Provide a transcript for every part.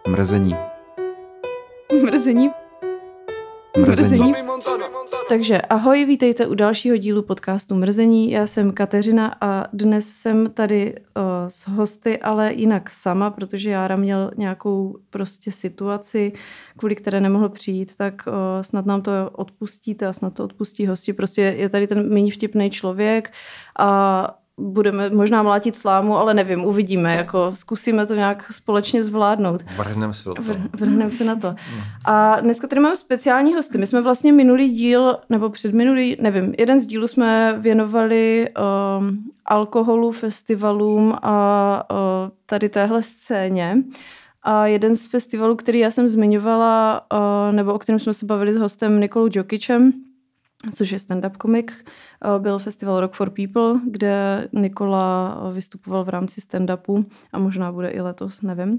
Mrzení. Mrzení. Takže ahoj, vítejte u dalšího dílu podcastu Mrzení. Já jsem Kateřina a dnes jsem tady s hosty, ale jinak sama, protože Jára měl nějakou prostě situaci, kvůli které nemohl přijít, tak snad nám to odpustíte a snad to odpustí hosti. Prostě je tady ten méně vtipný člověk a budeme možná mlátit slámu, ale nevím, uvidíme, jako zkusíme to nějak společně zvládnout. Vrhneme se na to. A dneska tady máme speciální hosty. My jsme vlastně minulý díl, nebo předminulý, nevím, jeden z dílů jsme věnovali alkoholu, festivalům a tady téhle scéně. A jeden z festivalů, který já jsem zmiňovala, nebo o kterém jsme se bavili s hostem Nikolou Jokičem, což je stand-up komik, byl festival Rock for People, kde Nikola vystupoval v rámci stand-upu a možná bude i letos, nevím.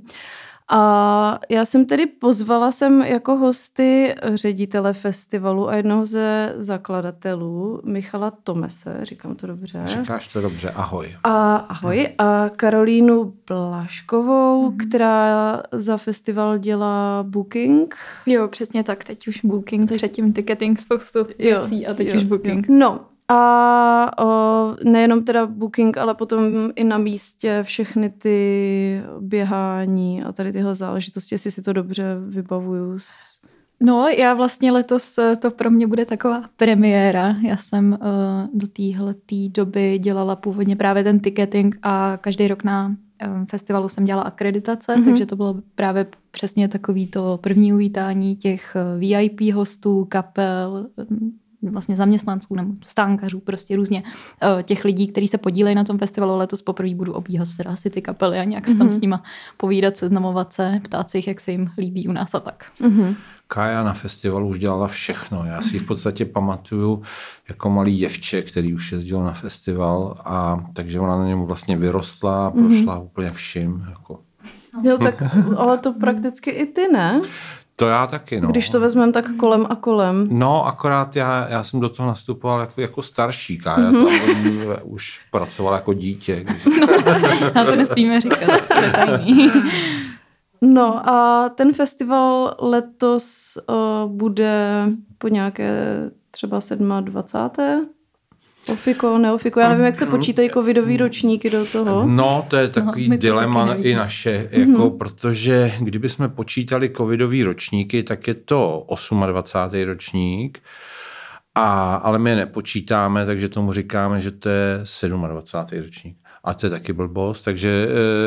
A já jsem tedy pozvala jako hosty ředitele festivalu a jednoho ze zakladatelů, Michala Tomese, říkám to dobře. Říkáš to dobře, ahoj. Ahoj. A Karolínu Blaškovou, která za festival dělá booking. Jo, přesně tak, teď už booking, předtím ticketing, spoustu věcí a teď už booking. No. A nejenom teda booking, ale potom i na místě všechny ty běhání a tady tyhle záležitosti, jestli si to dobře vybavuju. No, já vlastně letos to pro mě bude taková premiéra. Já jsem do téhletý doby dělala původně právě ten ticketing a každý rok na festivalu jsem dělala akreditace, takže to bylo právě přesně takový to první uvítání těch VIP hostů, kapel, vlastně zaměstnanců nebo stánkařů, prostě různě těch lidí, kteří se podílejí na tom festivalu. Letos poprvé budu obíhat teda asi ty kapely a nějak se tam s nima povídat, seznamovat se, ptát se jich, jak se jim líbí u nás a tak. Kája na festivalu už dělala všechno. Já si v podstatě pamatuju jako malý děvče, který už jezdil na festival, a takže ona na němu vlastně vyrostla a prošla úplně vším. Jako. Jo, tak, ale to prakticky i ty, ne? To já taky, no. Když to vezmeme tak kolem a kolem. No, akorát já jsem do toho nastupoval jako starší, Kája tam už pracovala jako dítě. Já to nesmíme říkat, to je tajný. No a ten festival letos bude po nějaké třeba 27. Ofiko, neofiko, já nevím, jak se počítají covidový ročníky do toho. No, to je takový dilema i naše, jako, protože kdyby jsme počítali covidový ročníky, tak je to 28. ročník, ale my je nepočítáme, takže tomu říkáme, že to je 27. ročník. A to je taky blbost, takže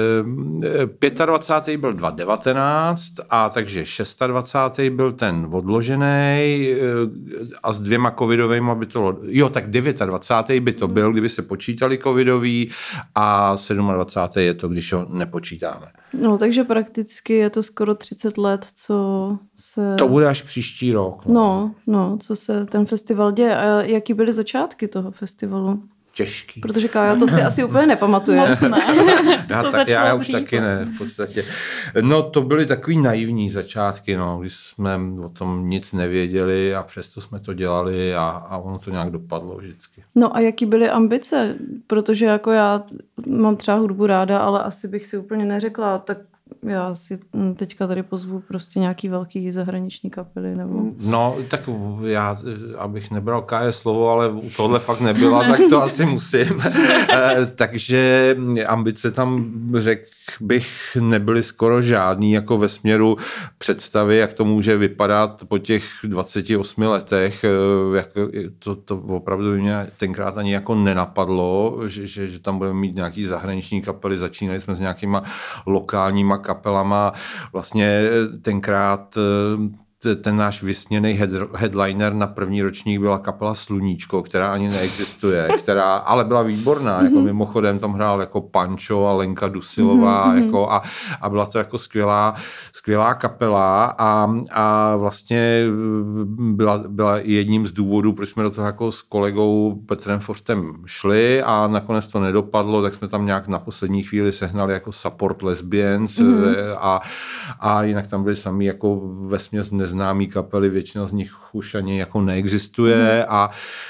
25. byl 2019 a takže 26. byl ten odložený a s 2 covidovými by to... Jo, tak 29. by to byl, kdyby se počítali covidový, a 27. je to, když ho nepočítáme. No, takže prakticky je to skoro 30 let, co se... To bude až příští rok. No, co se ten festival děje. A jaký byly začátky toho festivalu? Těžký. Protože Kája to si asi úplně nepamatuje. Moc ne. Já už taky ne, v podstatě. No, to byly takový naivní začátky, no, když jsme o tom nic nevěděli a přesto jsme to dělali a ono to nějak dopadlo vždycky. No a jaký byly ambice? Protože jako já mám třeba hudbu ráda, ale asi bych si úplně neřekla, tak já si teďka tady pozvu prostě nějaký velký zahraniční kapely, nebo... No, tak já, abych nebral Káje slovo, ale u tohle fakt nebyla, tak to asi musím. Takže ambice tam, řekl bych, nebyly skoro žádný, jako ve směru představy, jak to může vypadat po těch 28 letech. To opravdu mě tenkrát ani jako nenapadlo, že tam budeme mít nějaký zahraniční kapely. Začínali jsme s nějakýma lokálníma kapelama. Vlastně tenkrát ten náš vysněný headliner na první ročník byla kapela Sluníčko, která ani neexistuje, která ale byla výborná. Jako mimochodem tam hrál jako Pančo a Lenka Dusilová jako a byla to jako skvělá kapela a vlastně byla jedním z důvodů, proč jsme do toho jako s kolegou Petrem Forstem šli, a nakonec to nedopadlo, tak jsme tam nějak na poslední chvíli sehnali jako support lesbians a jinak tam byli sami jako vesměs neznámý kapely, většina z nich už ani jako neexistuje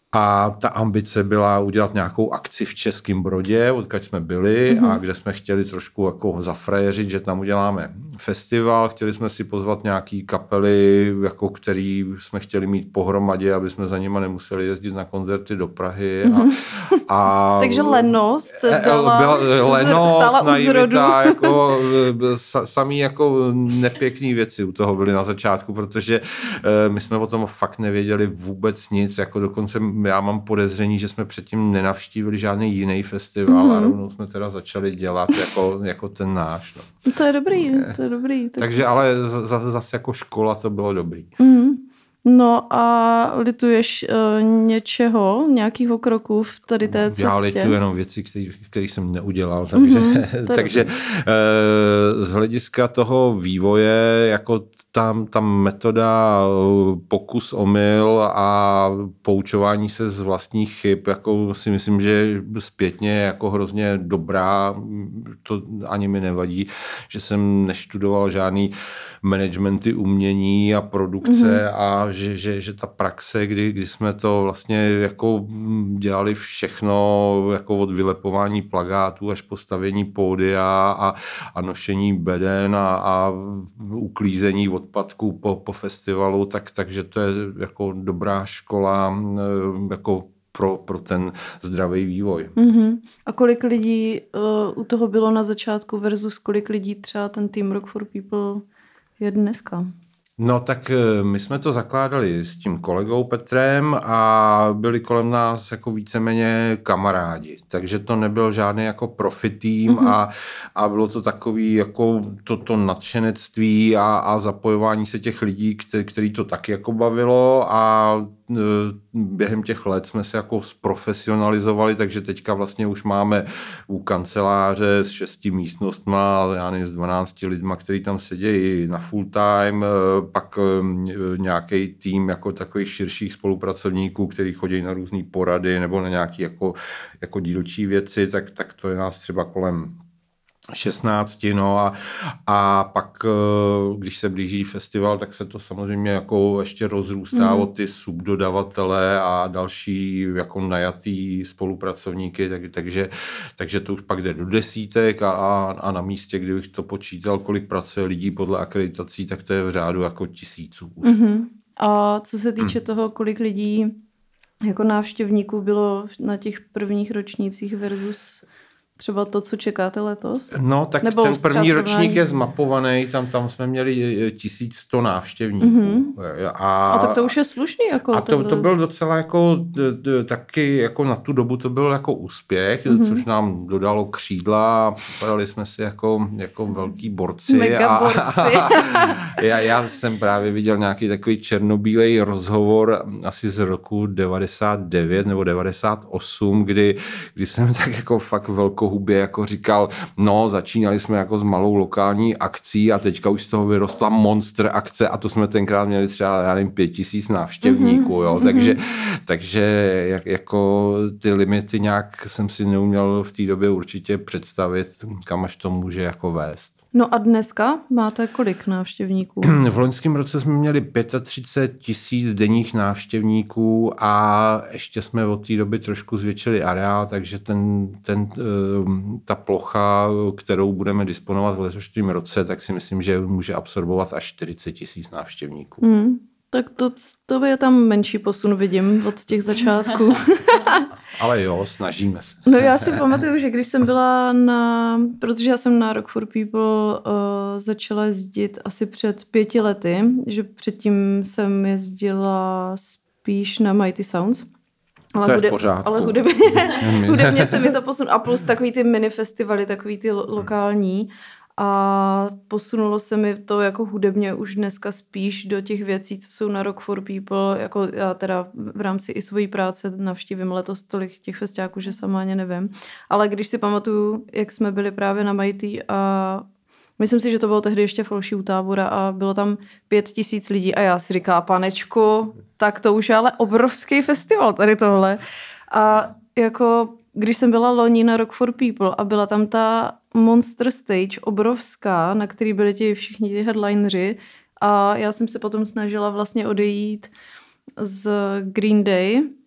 A ta ambice byla udělat nějakou akci v Českém Brodě, odkud jsme byli a kde jsme chtěli trošku jako zafrajeřit, že tam uděláme festival. Chtěli jsme si pozvat nějaký kapely, jako který jsme chtěli mít pohromadě, aby jsme za nima nemuseli jezdit na koncerty do Prahy. Takže lenost stála u zrodu. Jako, samý jako nepěkný věci u toho byly na začátku, protože my jsme o tom fakt nevěděli vůbec nic, jako dokonce já mám podezření, že jsme předtím nenavštívili žádný jiný festival a rovnou jsme teda začali dělat jako ten náš. No. To je dobrý. Takže ale zase jako škola to bylo dobrý. No a lituješ nějakého kroku v tady té cestě? Já lituju jenom věci, které jsem neudělal, takže z hlediska toho vývoje, jako ta metoda pokus omyl a poučování se z vlastních chyb, jako si myslím, že zpětně jako hrozně dobrá, to ani mi nevadí, že jsem neštudoval žádný managementy umění a produkce a že ta praxe, kdy jsme to vlastně jako dělali všechno, jako od vylepování plakátů až postavení pódia a nošení beden a uklízení odpadků po festivalu, takže to je jako dobrá škola jako pro ten zdravý vývoj. A kolik lidí u toho bylo na začátku versus kolik lidí třeba ten Team Rock for People je dneska? No tak my jsme to zakládali s tím kolegou Petrem a byli kolem nás jako víceméně kamarádi, takže to nebyl žádný jako profi tým a bylo to takový jako to nadšenectví a zapojování se těch lidí, který to taky jako bavilo a během těch let jsme se jako zprofesionalizovali, takže teďka vlastně už máme u kanceláře s 6 místnostma, já nevím, s 12 lidma, kteří tam sedějí na full time, pak nějaký tým jako takových širších spolupracovníků, kteří chodí na různé porady nebo na nějaké jako dílčí věci, tak to je nás třeba kolem 16, no a pak, když se blíží festival, tak se to samozřejmě jako ještě rozrůstá o ty subdodavatele a další jako najatý spolupracovníky, takže to už pak jde do desítek a na místě, kdybych to počítal, kolik pracuje lidí podle akreditací, tak to je v řádu jako tisíců už. A co se týče toho, kolik lidí jako návštěvníků bylo na těch prvních ročnících versus třeba to, co čekáte letos? No, tak nebo ten první ročník je zmapovaný, tam jsme měli 1100 návštěvníků. A tak to už je slušný. Jako a to byl docela jako taky jako na tu dobu to byl jako úspěch, což nám dodalo křídla a připadali jsme si jako velký borci. Megaborci. Já jsem právě viděl nějaký takový černobílej rozhovor asi z roku 99 nebo 98, kdy jsem tak jako fakt velkou hubě jako říkal, no začínali jsme jako s malou lokální akcí a teďka už z toho vyrostla monster akce a to jsme tenkrát měli třeba, já nevím, 5000 návštěvníků, jo, takže jako ty limity nějak jsem si neuměl v té době určitě představit, kam až to může jako vést. No a dneska máte kolik návštěvníků? V loňském roce jsme měli 35 000 denních návštěvníků a ještě jsme od té doby trošku zvětšili areál, takže ta plocha, kterou budeme disponovat v letošním roce, tak si myslím, že může absorbovat až 40 000 návštěvníků. Tak to je tam menší posun, vidím, od těch začátků. Ale jo, snažíme se. No já si pamatuju, že když jsem byla protože já jsem na Rock for People začala jezdit asi před 5 lety, že předtím jsem jezdila spíš na Mighty Sounds. Ale to je v pořádku. Ale hudebně se mi to posunulo. A plus takový ty mini festivaly, takový ty lokální. A posunulo se mi to jako hudebně už dneska spíš do těch věcí, co jsou na Rock for People. Jako já teda v rámci i svojí práce navštívím letos tolik těch festiáků, že sama ani nevím. Ale když si pamatuju, jak jsme byli právě na Mighty a myslím si, že to bylo tehdy ještě falší u Tábora a bylo tam 5000 lidí a já si říkala, panečku, tak to už je ale obrovský festival tady tohle. A jako když jsem byla loni na Rock for People a byla tam ta Monster Stage obrovská, na který byli všichni ti headlineři a já jsem se potom snažila vlastně odejít z Green Day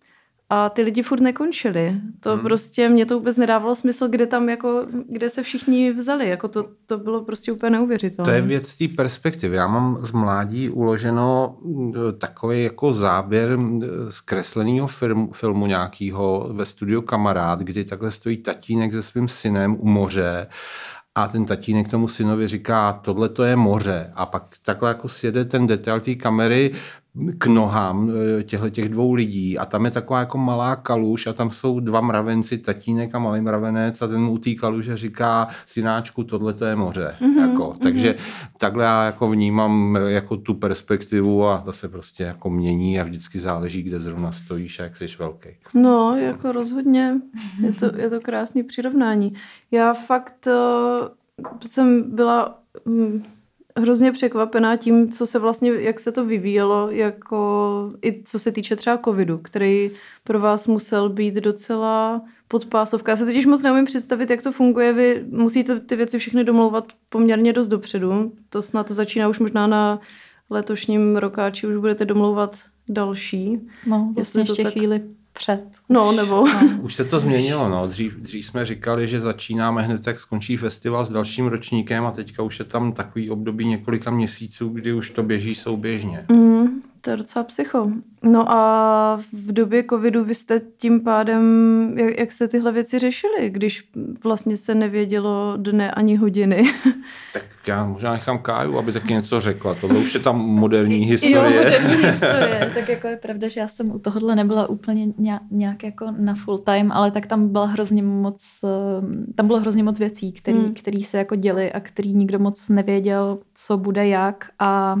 a ty lidi furt nekončili. To prostě, mě to vůbec nedávalo smysl, kde se všichni vzali. Jako to bylo prostě úplně neuvěřitelné. To je věc té perspektivy. Já mám z mládí uloženo takový jako záběr z kresleného filmu nějakého ve studiu Kamarád, kdy takhle stojí tatínek se svým synem u moře a ten tatínek tomu synovi říká, tohle to je moře. A pak takhle jako sjede ten detail té kamery k nohám těch dvou lidí a tam je taková jako malá kaluž a tam jsou dva mravenci, tatínek a malý mravenec a ten mu u té kaluže říká, synáčku, tohle to je moře. Takže takhle já jako vnímám jako tu perspektivu a to se prostě jako mění a vždycky záleží, kde zrovna stojíš a jak jsi velký. No, jako rozhodně je to krásný přirovnání. Já fakt jsem byla hrozně překvapená tím, co se vlastně, jak se to vyvíjelo, jako i co se týče třeba covidu, který pro vás musel být docela podpásovka. Já se totiž moc neumím představit, jak to funguje. Vy musíte ty věci všechny domlouvat poměrně dost dopředu. To snad začíná už možná na letošním rokáči, už budete domlouvat další. No, vlastně ještě chvíli před. No, nebo... Už se to změnilo, no. Dřív jsme říkali, že začínáme hned, jak skončí festival s dalším ročníkem a teďka už je tam takový období několika měsíců, kdy už to běží souběžně. To je docela psycho. No a v době covidu vy jste tím pádem, jak jste tyhle věci řešili, když vlastně se nevědělo dne ani hodiny? Tak já možná nechám Káju, aby taky něco řekla. Tohle už je tam moderní historie. Jo, moderní historie. Tak jako je pravda, že já jsem u tohohle nebyla úplně nějak jako na full time, ale tak tam bylo hrozně moc věcí, které se jako děly a který nikdo moc nevěděl, co bude jak a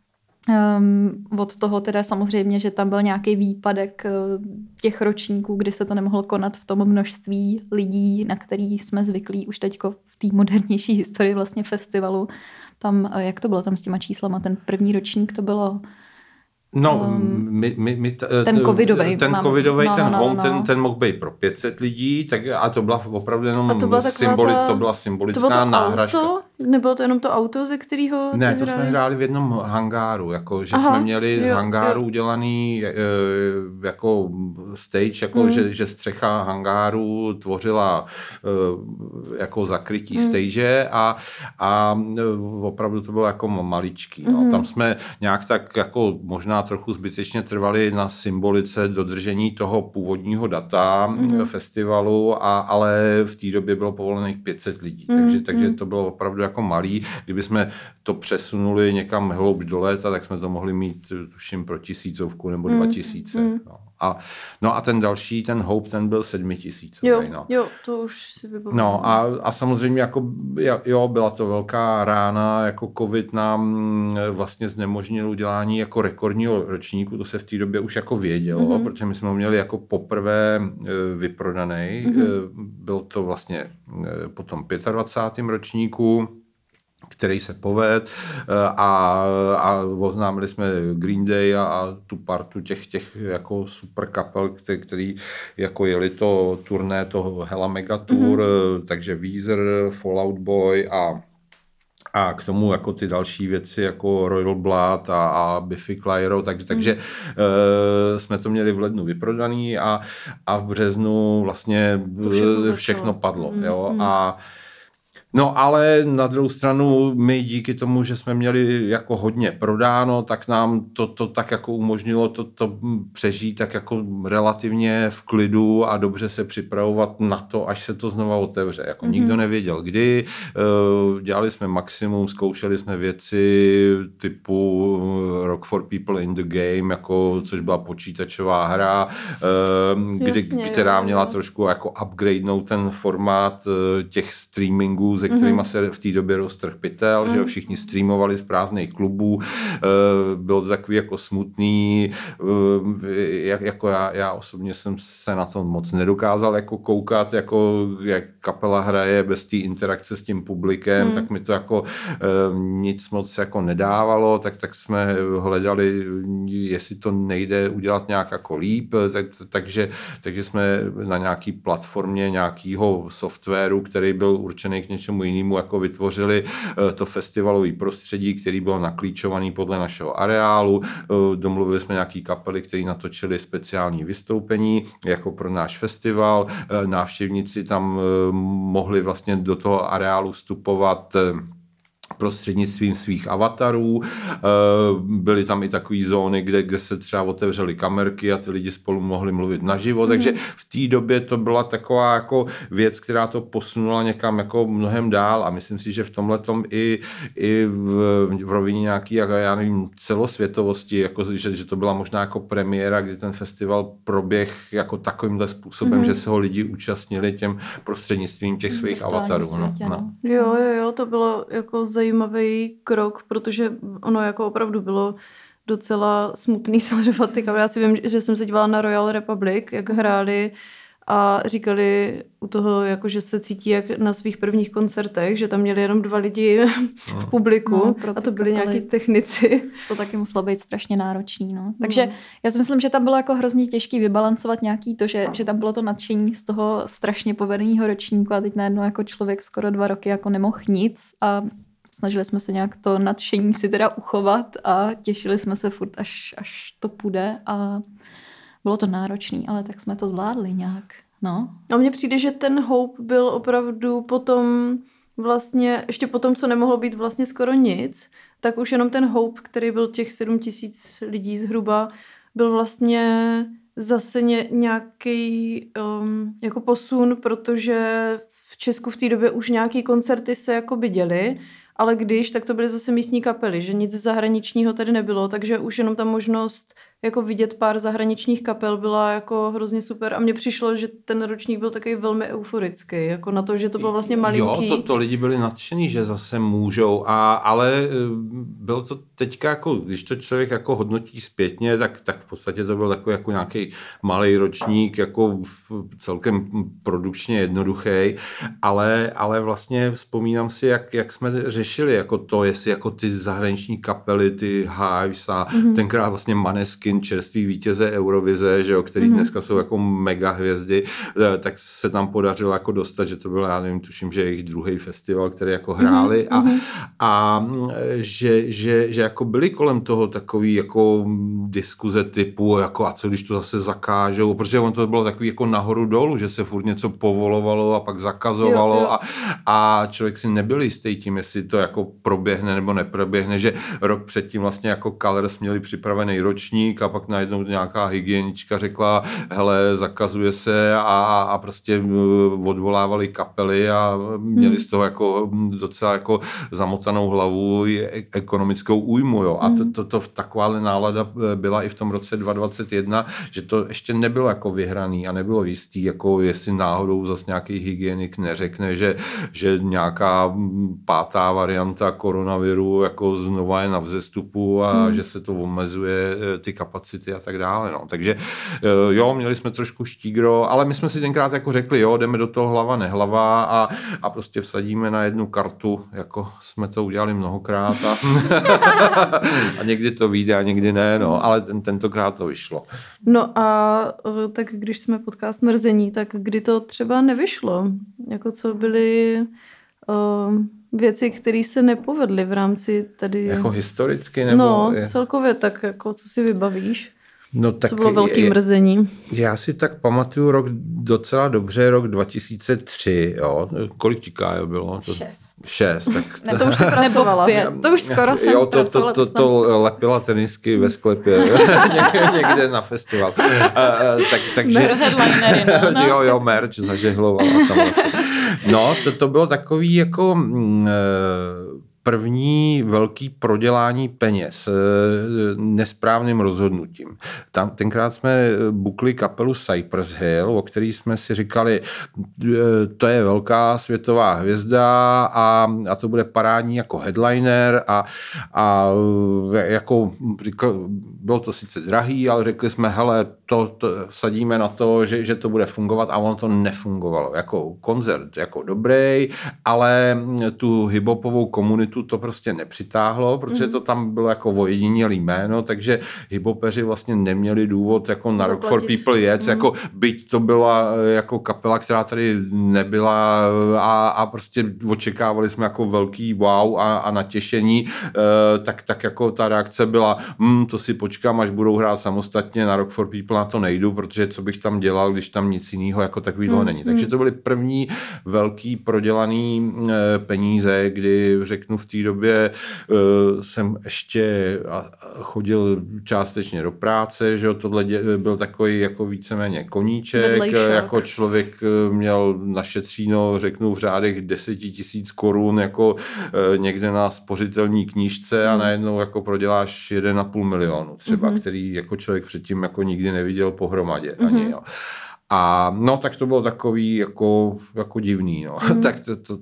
od toho teda samozřejmě, že tam byl nějaký výpadek těch ročníků, kdy se to nemohlo konat v tom množství lidí, na který jsme zvyklí už teďko v té modernější historii vlastně festivalu. Tam, jak to bylo tam s těma číslama, ten první ročník to bylo... No, ten covidovej. Ten home, ten mohl být pro 500 lidí, tak a to byla opravdu jenom to byla symbolická náhražka. Auto? Nebylo to jenom to auto, ze kterého... Ne, to jsme hráli v jednom hangáru, jako, že jsme měli z hangáru udělaný jako stage, jako, že střecha hangáru tvořila jako zakrytí stage a opravdu to bylo jako maličký. No. Tam jsme nějak tak jako možná trochu zbytečně trvali na symbolice dodržení toho původního data festivalu, ale v té době bylo povolených 500 lidí, takže to bylo opravdu jako malý. Kdyby jsme to přesunuli někam hloub do léta, tak jsme to mohli mít tuším pro 1000 nebo 2000. No a ten další, ten Hope, ten byl 7000. Jo, to už si vybavuji. No a samozřejmě jako, byla to velká rána, jako covid nám vlastně znemožnil udělání jako rekordního ročníku, to se v té době už jako vědělo, protože my jsme ho měli jako poprvé vyprodaný. Byl to vlastně potom 25. ročníku, který se povedl a oznámili jsme Green Day a tu partu těch jako super kapel, který jako jeli to turné toho Hella Mega Tour, takže Weezer, Fall Out Boy a k tomu jako ty další věci jako Royal Blood a Biffy Clyro, takže jsme to měli v lednu vyprodaný a v březnu vlastně všechno padlo. Jo? No ale na druhou stranu my díky tomu, že jsme měli jako hodně prodáno, tak nám to tak jako umožnilo to přežít tak jako relativně v klidu a dobře se připravovat na to, až se to znova otevře. Jako nikdo nevěděl kdy, dělali jsme maximum, zkoušeli jsme věci typu Rock for People in the Game, jako, což byla počítačová hra, která měla trošku jako upgradenout ten formát těch streamingů, se kterýma se v té době roztrhl pytel, že všichni streamovali z prázdných klubů, bylo to takový jako smutný, jako já osobně jsem se na to moc nedokázal jako koukat, jako jak kapela hraje bez té interakce s tím publikem, tak mi to jako nic moc jako nedávalo, tak jsme hledali, jestli to nejde udělat nějak jako líp, takže jsme na nějaký platformě nějakého softwaru, který byl určený k něčemu něčemu jinému jako vytvořili to festivalové prostředí, který byl naklíčovaný podle našeho areálu. Domluvili jsme nějaký kapely, které natočili speciální vystoupení jako pro náš festival. Návštěvníci tam mohli vlastně do toho areálu vstupovat prostřednictvím svých avatarů. Byly tam i takové zóny, kde se třeba otevřely kamerky a ty lidi spolu mohli mluvit naživo, takže v té době to byla taková jako věc, která to posunula někam jako mnohem dál a myslím si, že v tomhletom i v rovině nějaký, já nevím, celosvětovosti, jako, že to byla možná jako premiéra, kdy ten festival proběh jako takovýmhle způsobem, že se ho lidi účastnili těm prostřednictvím těch svých avatarů. Světě, no. Jo, to bylo jako zajímavý krok, protože ono jako opravdu bylo docela smutný sledovat ty kamery. Já si vím, že jsem se dívala na Royal Republic, jak hráli a říkali u toho, jako, že se cítí jak na svých prvních koncertech, že tam měli jenom 2 lidi v publiku a to byli nějaký technici. To taky muselo být strašně náročný. No. Takže já si myslím, že tam bylo jako hrozně těžký vybalancovat nějaký to, že tam bylo to nadšení z toho strašně povedeného ročníku a teď najednou jako člověk skoro 2 roky jako nemohl nic a snažili jsme se nějak to nadšení si teda uchovat a těšili jsme se furt, až to půjde a bylo to náročný, ale tak jsme to zvládli nějak. No. A mně přijde, že ten Hope byl opravdu potom vlastně, ještě potom, co nemohlo být vlastně skoro nic, tak už jenom ten Hope, který byl těch 7 000 lidí zhruba, byl vlastně zase nějaký jako posun, protože v Česku v té době už nějaký koncerty se jako by děly, ale když, tak to byly zase místní kapely, že nic zahraničního tady nebylo, takže už jenom ta možnost jako vidět pár zahraničních kapel byla jako hrozně super a mně přišlo, že ten ročník byl takový velmi euforický, jako na to, že to bylo vlastně malinký. Jo, to lidi byli nadšení, že zase můžou, ale bylo to teďka jako, když to člověk jako hodnotí zpětně, tak v podstatě to byl takový jako nějaký malý ročník, jako celkem produkčně jednoduchý, ale vlastně vzpomínám si, jak jsme řešili jako to, jestli jako ty zahraniční kapely, ty Hives a tenkrát vlastně Maneskin, čerství vítěze Eurovize, že jo, který dneska jsou jako mega hvězdy, tak se tam podařilo jako dostat, že to byl, já nevím, tuším, že jejich druhý festival, který jako hráli a že jako byly kolem toho takový jako diskuze typu, jako a co když to zase zakážou, protože on to bylo takový jako nahoru dolů, že se furt něco povolovalo a pak zakazovalo jo. A člověk si nebyl jistý tím, jestli to jako proběhne nebo neproběhne, že rok předtím vlastně jako Colors měli připravený ročník a pak najednou nějaká hygienička řekla, hele, zakazuje se a prostě odvolávali kapely a měli z toho jako docela jako zamotanou hlavu ekonomickou újmu, jo. A to takováhle nálada byla i v tom roce 2021, že to ještě nebylo jako vyhraný a nebylo jistý, jako jestli náhodou zase nějaký hygienik neřekne, že nějaká 5. varianta koronaviru jako znova je na vzestupu a že se to omezuje ty kapacity a tak dále. No. Takže jo, měli jsme trošku štígro, ale my jsme si tenkrát jako řekli, jo, jdeme do toho hlava nehlava a prostě vsadíme na jednu kartu, jako jsme to udělali mnohokrát a někdy to vyjde a někdy ne, no, ale tentokrát to vyšlo. No a tak když jsme podcast Mrzení, tak kdy to třeba nevyšlo? Jako co byly věci, které se nepovedly v rámci tady... Jako historicky? Nebo no, celkově tak, jako co si vybavíš? No, tak co bylo velký mrzení? Já si tak pamatuju docela dobře, rok 2003, jo. Kolik ti, Kájo, bylo? 6. Tak ne, to už si pracovala. To už skoro jsem pracovala. To lepila tenisky ve sklepě někde na festival. Takže headlinery, no, jo, merch zažehlovala samozřejmě. No, to bylo takový jako... první velký prodělání peněz nesprávným rozhodnutím. Tenkrát jsme bukli kapelu Cypress Hill, o který jsme si říkali, to je velká světová hvězda a to bude parádní jako headliner a jako říkal, bylo to sice drahý, ale řekli jsme, hele, to vsadíme na to, že to bude fungovat a ono to nefungovalo. Jako koncert jako dobrý, ale tu hip-hopovou komunitu komunitu to prostě nepřitáhlo, protože to tam bylo jako ojedinělý jméno, takže hiphopeři vlastně neměli důvod jako na Rock for People jet, jako byť to byla jako kapela, která tady nebyla a prostě očekávali jsme jako velký wow a natěšení, tak jako ta reakce byla, to si počkám, až budou hrát samostatně, na Rock for People na to nejdu, protože co bych tam dělal, když tam nic jiného jako takového není. Takže to byly první velký prodělaný peníze, kdy řeknu v té době jsem ještě chodil částečně do práce, že tohle byl takový jako víceméně koníček, jako člověk měl našetříno, řeknu v řádech 10 000 korun jako někde na spořitelní knížce a najednou jako proděláš 1,5 milionu třeba, který jako člověk předtím jako nikdy neviděl pohromadě ani, jo. A no, tak to bylo takový jako divný, no. Tak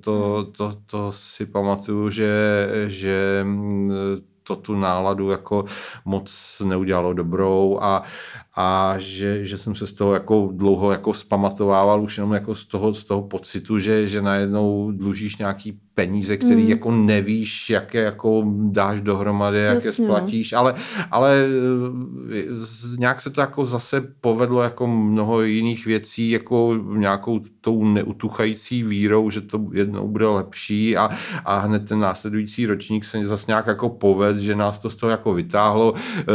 to si pamatuju, že to tu náladu jako moc neudělalo dobrou a že jsem se z toho jako dlouho jako zpamatovával už jenom jako z toho pocitu, že najednou dlužíš nějaký peníze, který jako nevíš, jak je jako dáš dohromady, jak je splatíš, ale nějak se to jako zase povedlo jako mnoho jiných věcí, jako nějakou tou neutuchající vírou, že to jednou bude lepší a hned ten následující ročník se zase nějak jako povedl, že nás to z toho jako vytáhlo.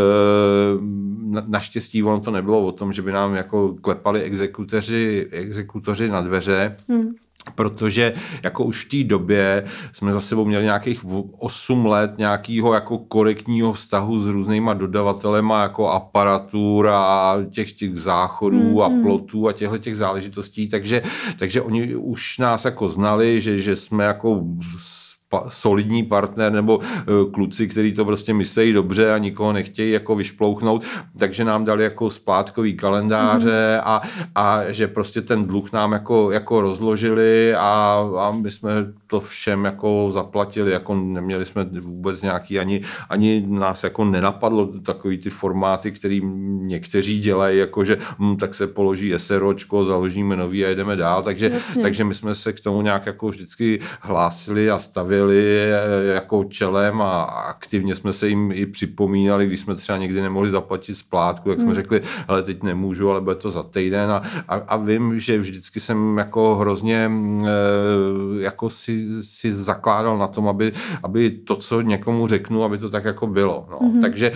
Naštěstí ono to nebylo o tom, že by nám jako klepali exekutoři na dveře, protože jako už v té době jsme za sebou měli nějakých 8 let nějakého jako korektního vztahu s různýma dodavatelema jako aparatur a těch záchodů a plotů a těch záležitostí, takže oni už nás jako znali, že jsme jako solidní partner nebo kluci, kteří to prostě myslejí dobře a nikoho nechtějí jako vyšplouchnout, takže nám dali jako splátkový kalendáře a že prostě ten dluh nám jako rozložili a my jsme to všem jako zaplatili, jako neměli jsme vůbec nějaký, ani nás jako nenapadlo takový ty formáty, který někteří dělají, jakože tak se položí SROčko, založíme nový a jedeme dál, takže my jsme se k tomu nějak jako vždycky hlásili a stavili jako čelem a aktivně jsme se jim i připomínali, když jsme třeba někdy nemohli zaplatit splátku, tak jsme řekli, ale teď nemůžu, ale bude to za týden a vím, že vždycky jsem jako hrozně jako si zakládal na tom, aby to, co někomu řeknu, aby to tak jako bylo. No. Takže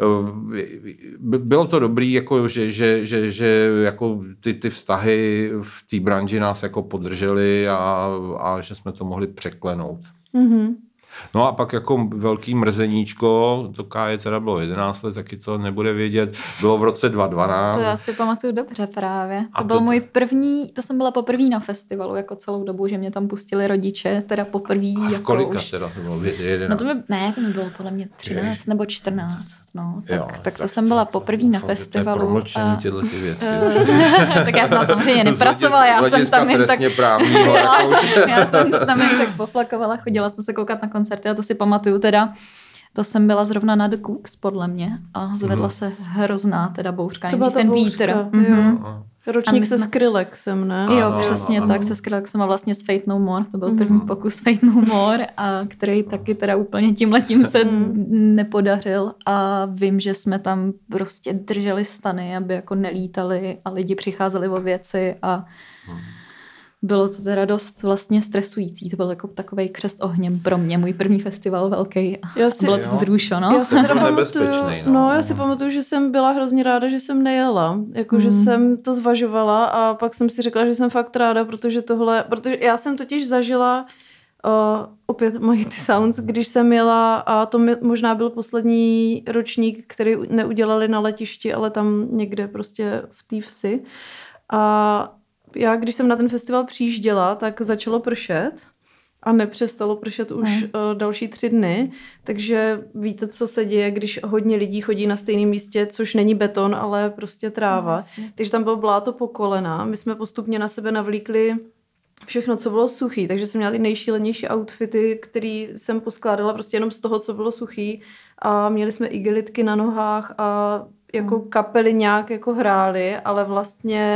bylo to dobrý, jako, že jako ty vztahy v té branži nás jako podržely a že jsme to mohli překlenout. No a pak jako velký mrzeníčko, to Káje teda bylo 11 let, taky to nebude vědět, bylo v roce 2012. To já si pamatuju dobře právě. To byl můj první, to jsem byla poprvé na festivalu jako celou dobu, že mě tam pustili rodiče, teda poprvé. A v jako kolika už... teda to bylo? 11? No to mi bylo podle mě 13 nebo 14, no. Tak to jsem byla poprvé na festivalu. To je promlčení tyhle ty věci. Tak já jsem samozřejmě nepracovala, já jsem tam jen tak... Já jsem tam jen tak poflakovala, chodila jsem se koukat na koncerty a to si pamatuju teda. To jsem byla zrovna na The Cooks, podle mě. A zvedla se hrozná teda bouřka. To byla ten vítr. Ročník se Skrillexem, ne? Jo, přesně tak, se Skrillexem a vlastně s Fate No More. To byl první pokus Fate No More, a který taky teda úplně tímhletím se nepodařil. A vím, že jsme tam prostě drželi stany, aby jako nelítali a lidi přicházeli o věci a bylo to teda dost vlastně stresující. To byl jako takovej křest ohněm pro mě. Můj první festival velký. Bylo to vzrušeno. Já si teda já si pamatuju, že jsem byla hrozně ráda, že jsem nejela. Že jsem to zvažovala a pak jsem si řekla, že jsem fakt ráda, protože já jsem totiž zažila opět Mighty Sounds, když jsem jela a to možná byl poslední ročník, který neudělali na letišti, ale tam někde prostě v té vsi. A já, když jsem na ten festival přijížděla, tak začalo pršet a nepřestalo pršet už další 3 dny, takže víte, co se děje, když hodně lidí chodí na stejném místě, což není beton, ale prostě tráva. Takže tam bylo bláto po kolena. My jsme postupně na sebe navlíkli všechno, co bylo suchý, takže jsem měla ty nejšílenější outfity, který jsem poskládala prostě jenom z toho, co bylo suchý, a měli jsme igelitky na nohách a jako kapely nějak jako hrály, ale vlastně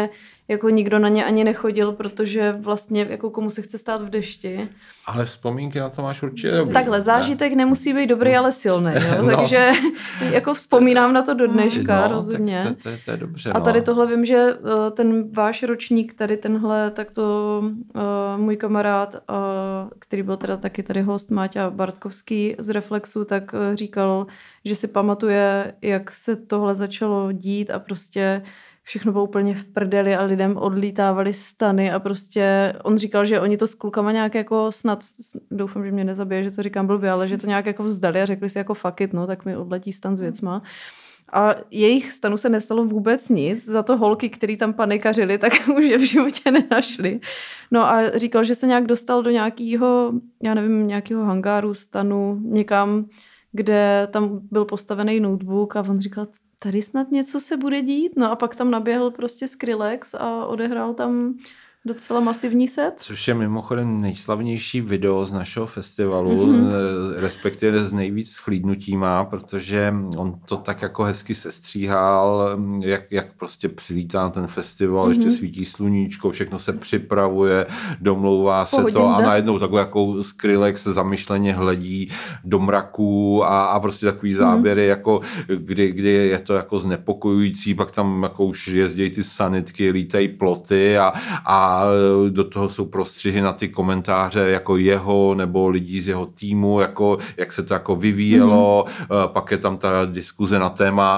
jako nikdo na ně ani nechodil, protože vlastně jako komu se chce stát v dešti. Ale vzpomínky na to máš určitě dobrý. Takhle, zážitek nemusí být dobrý, ale silný, jo? No. Takže jako vzpomínám na to do dneška, rozhodně. To je dobře. A tady tohle vím, že ten váš ročník, tady tenhle, tak to můj kamarád, který byl teda taky tady host, Máťa Bartkovský z Reflexu, tak říkal, že si pamatuje, jak se tohle začalo dít a prostě všechno bylo úplně v prdeli a lidem odlítávali stany a prostě on říkal, že oni to s klukama nějak jako snad, doufám, že mě nezabije, že to říkám blbě, ale že to nějak jako vzdali a řekli si jako fuck it, no, tak mi odletí stan s věcma. A jejich stanu se nestalo vůbec nic, za to holky, který tam panikařili, tak už je v životě nenašli. No a říkal, že se nějak dostal do nějakého, já nevím, nějakého hangáru, stanu, někam, kde tam byl postavený notebook a on říkal, tady snad něco se bude dít. No a pak tam naběhl prostě Skrillex a odehrál tam docela masivní set. Což je mimochodem nejslavnější video z našeho festivalu, respektive z nejvíc shlídnutí má, protože on to tak jako hezky sestříhal, jak prostě přivítá ten festival, ještě svítí sluníčko, všechno se připravuje, domlouvá se to a najednou takhle jako Skrillex zamyšleně hledí do mraku a prostě takový záběry, jako kdy je to jako znepokojující, pak tam jako už jezdí ty sanitky, lítají ploty a do toho jsou prostřihy na ty komentáře jako jeho nebo lidí z jeho týmu, jako jak se to jako vyvíjelo, pak je tam ta diskuze na téma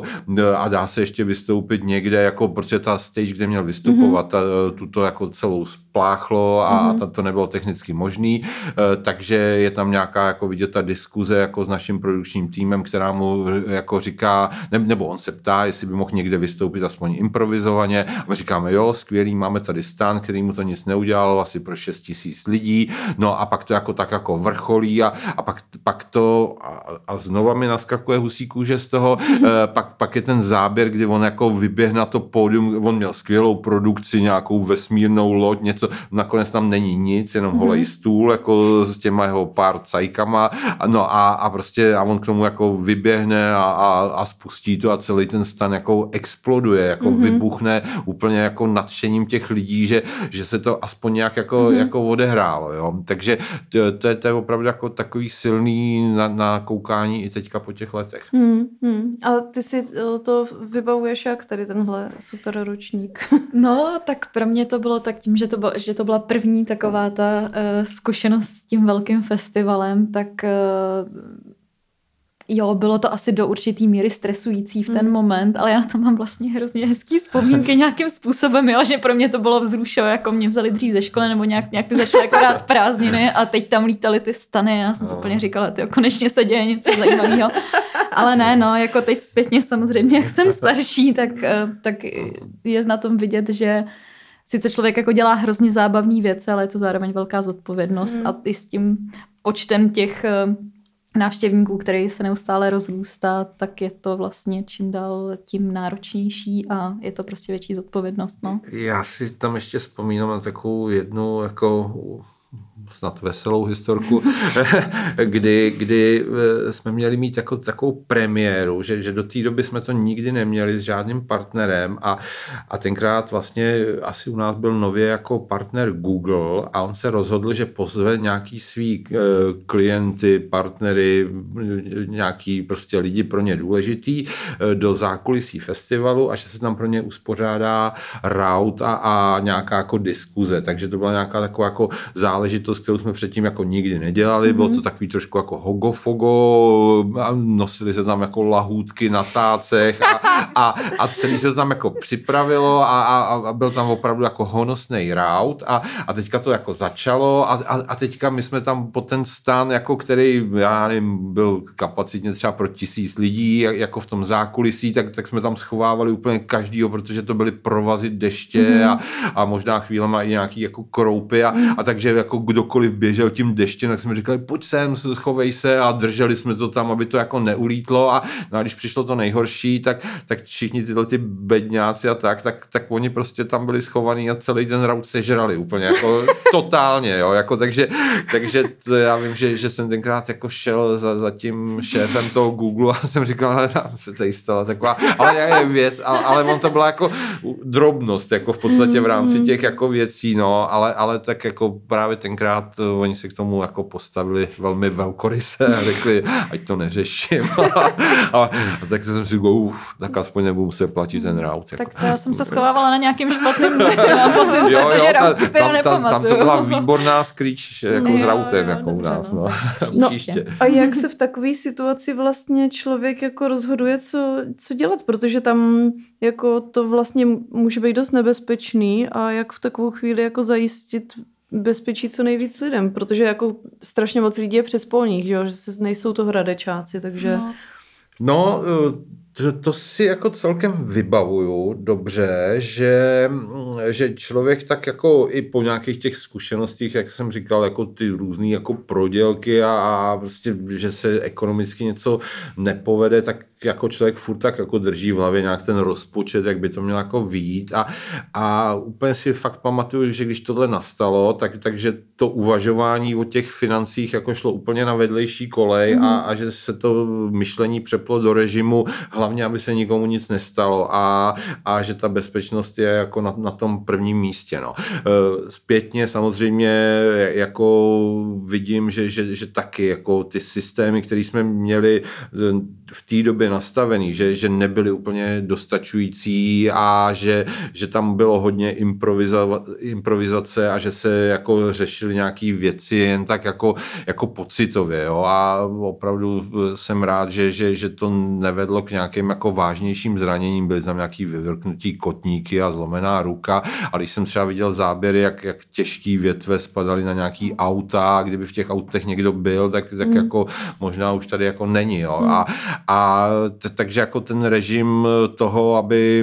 a dá se ještě vystoupit někde, jako protože ta stage, kde měl vystupovat, tuto jako celou spláchlo a to nebylo technicky možný, takže je tam nějaká jako vidět ta diskuze jako s naším produkčním týmem, která mu jako říká, nebo on se ptá, jestli by mohl někde vystoupit aspoň improvizovaně a my říkáme, jo, skvělý, máme tady stan, který mu to nic neudělalo, asi pro 6 000 lidí, no a pak to jako tak jako vrcholí a pak to a znova mi naskakuje husí kůže z toho, pak je ten záběr, kdy on jako vyběhne na to pódium, on měl skvělou produkci, nějakou vesmírnou loď, něco, nakonec tam není nic, jenom holej stůl, jako s těma jeho pár cajkama, no a prostě a on k tomu jako vyběhne a spustí to a celý ten stan jako exploduje, jako vybuchne úplně jako nadšením těch lidí, že se to aspoň nějak jako odehrálo, jo. Takže to je opravdu jako takový silný na koukání i teďka po těch letech. A ty si to vybavuješ jak tady tenhle super ročník? No, tak pro mě to bylo tak tím, že to byla první taková ta zkušenost s tím velkým festivalem, tak jo, bylo to asi do určitý míry stresující v ten moment, ale já na to mám vlastně hrozně hezký vzpomínky nějakým způsobem, jo, že pro mě to bylo vzrušové, jako mě vzali dřív ze školy, nebo nějak by začaly akorát prázdniny a teď tam lítaly ty stany a já jsem si úplně říkala, tyjo, konečně se děje něco zajímavého. Ale ne, no, jako teď zpětně samozřejmě, jak jsem starší, tak je na tom vidět, že sice člověk jako dělá hrozně zábavné věci, ale je to zároveň velká zodpovědnost a i s tím počtem těch návštěvníků, který se neustále rozrůstá, tak je to vlastně čím dál tím náročnější a je to prostě větší zodpovědnost. No. Já si tam ještě vzpomínám na takovou jednu jako snad veselou historku, kdy jsme měli mít jako takovou premiéru, že do té doby jsme to nikdy neměli s žádným partnerem a tenkrát vlastně asi u nás byl nově jako partner Google a on se rozhodl, že pozve nějaký svý klienty, partnery, nějaký prostě lidi pro ně důležitý do zákulisí festivalu a že se tam pro ně uspořádá round a nějaká jako diskuze, takže to byla nějaká taková jako záležitost, kterou jsme předtím jako nikdy nedělali, bylo to takový trošku jako hogofogo, nosili se tam jako lahůdky na tácech a celý se to tam jako připravilo a byl tam opravdu jako honosnej round a teďka to jako začalo a teďka my jsme tam po ten stan, jako který, já nevím, byl kapacitně třeba pro 1000 lidí, jako v tom zákulisí, tak jsme tam schovávali úplně každýho, protože to byly provazy deště a možná chvílema i nějaký jako kroupy a takže jako jako kdokoliv běžel tím deštěm, tak jsme říkali, pojď sem, schovej se a drželi jsme to tam, aby to jako neulítlo a když přišlo to nejhorší, tak všichni tyhle ty bedňáci a tak oni prostě tam byli schovaní a celý ten raut sežrali úplně jako totálně, jo, jako takže to já vím, že jsem tenkrát jako šel za tím šéfem toho Google a jsem říkal, nám se tady stala taková, ale je věc, ale on to byla jako drobnost, jako v podstatě v rámci těch jako věcí, no, ale tak jako právě tenkrát oni se k tomu jako postavili velmi velkoryse a řekli, ať to neřeším. a tak jsem si říkal, tak aspoň nebudu muset platit ten raut. Jako. Tak to já jsem se schovávala na nějakým špatným místě, mám pocit, protože raut si teda nepamatuju. Tam to byla výborná skrýč jako s rautem, jako u nás. No. A jak se v takové situaci vlastně člověk jako rozhoduje, co dělat, protože tam jako to vlastně může být dost nebezpečný a jak v takovou chvíli jako zajistit bezpečí co nejvíc lidem, protože jako strašně moc lidí je přes polních, že nejsou to hradečáci, takže... No, to si jako celkem vybavuju dobře, že člověk tak jako i po nějakých těch zkušenostích, jak jsem říkal, jako ty různý jako prodělky a prostě, že se ekonomicky něco nepovede, tak jako člověk furt tak jako drží v hlavě nějak ten rozpočet, jak by to mělo jako vyjít a úplně si fakt pamatuju, že když tohle nastalo, takže to uvažování o těch financích jako šlo úplně na vedlejší kolej a že se to myšlení přeplo do režimu, hlavně, aby se nikomu nic nestalo a že ta bezpečnost je jako na tom prvním místě. No. Zpětně samozřejmě jako vidím, že taky jako ty systémy, které jsme měli v té době nastavený, že nebyly úplně dostačující a že tam bylo hodně improvizace a že se jako řešily nějaké věci jen tak jako pocitově. Jo? A opravdu jsem rád, že to nevedlo k nějakým jako vážnějším zraněním, byly tam nějaký vyvrknutí kotníky a zlomená ruka. A když jsem třeba viděl záběry, jak těžký větve spadaly na nějaký auta, kdyby v těch autech někdo byl, tak jako možná už tady jako není. Jo? Takže jako ten režim toho, aby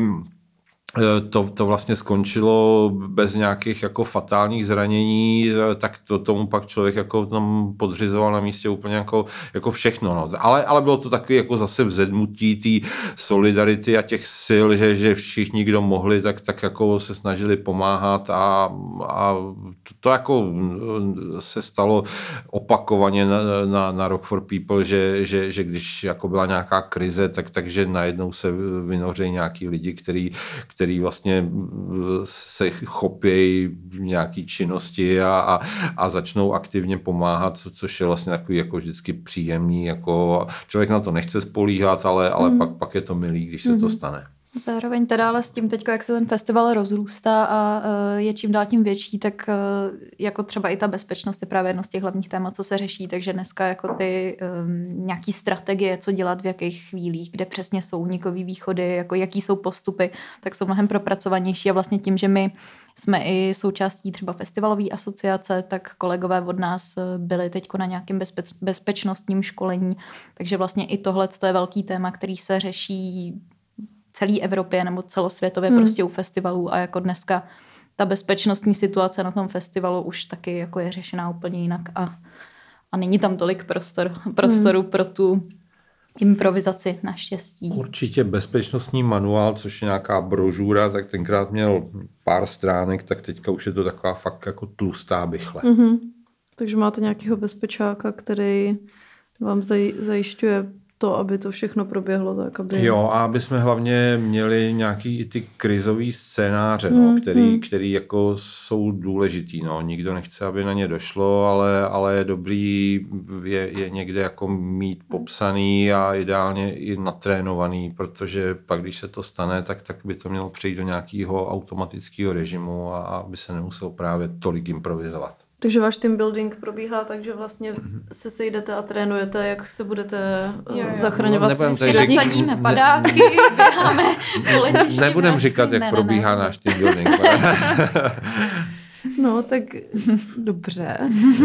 to vlastně skončilo bez nějakých jako fatálních zranění, tak tomu pak člověk jako tam podřizoval na místě úplně jako všechno. No. Ale bylo to takový jako zase vzedmutí té solidarity a těch sil, že všichni, kdo mohli, tak jako se snažili pomáhat a to jako se stalo opakovaně na Rock for People, že když jako byla nějaká krize, takže najednou se vynoří nějaký lidi, který vlastně se chopějí nějaký činnosti a začnou aktivně pomáhat, což je vlastně takový jako vždycky příjemný. Jako člověk na to nechce spolíhat, ale pak je to milý, když se to stane. Zároveň teda ale s tím teď, jak se ten festival rozrůstá a je čím dál tím větší, tak jako třeba i ta bezpečnost je právě jedno z těch hlavních témat, co se řeší, takže dneska jako ty nějaký strategie, co dělat v jakých chvílích, kde přesně jsou únikový východy, jako jaký jsou postupy, tak jsou mnohem propracovanější a vlastně tím, že my jsme i součástí třeba festivalové asociace, tak kolegové od nás byli teďko na nějakém bezpečnostním školení, takže vlastně i tohle je velký téma, který se řeší celé Evropě nebo celosvětově prostě u festivalů a jako dneska ta bezpečnostní situace na tom festivalu už taky jako je řešená úplně jinak a není tam tolik prostoru pro tu improvizaci naštěstí. Určitě bezpečnostní manuál, což je nějaká brožura, tak tenkrát měl pár stránek, tak teďka už je to taková fakt jako tlustá bychle. Takže máte nějakého bezpečáka, který vám zajišťuje to, aby to všechno proběhlo tak, aby... Jo, a aby jsme hlavně měli nějaký i ty krizový scénáře, který jako jsou důležitý. No. Nikdo nechce, aby na ně došlo, ale je dobrý je někde jako mít popsaný a ideálně i natrénovaný, protože pak, když se to stane, tak by to mělo přejít do nějakého automatického režimu a aby se nemuselo právě tolik improvizovat. Takže váš team building probíhá tak, že vlastně se sejdete a trénujete, jak se budete zachraňovat. Sadíme padáky, běháme po letišti. Nebudem říkat, jak probíhá náš team building. No, tak dobře.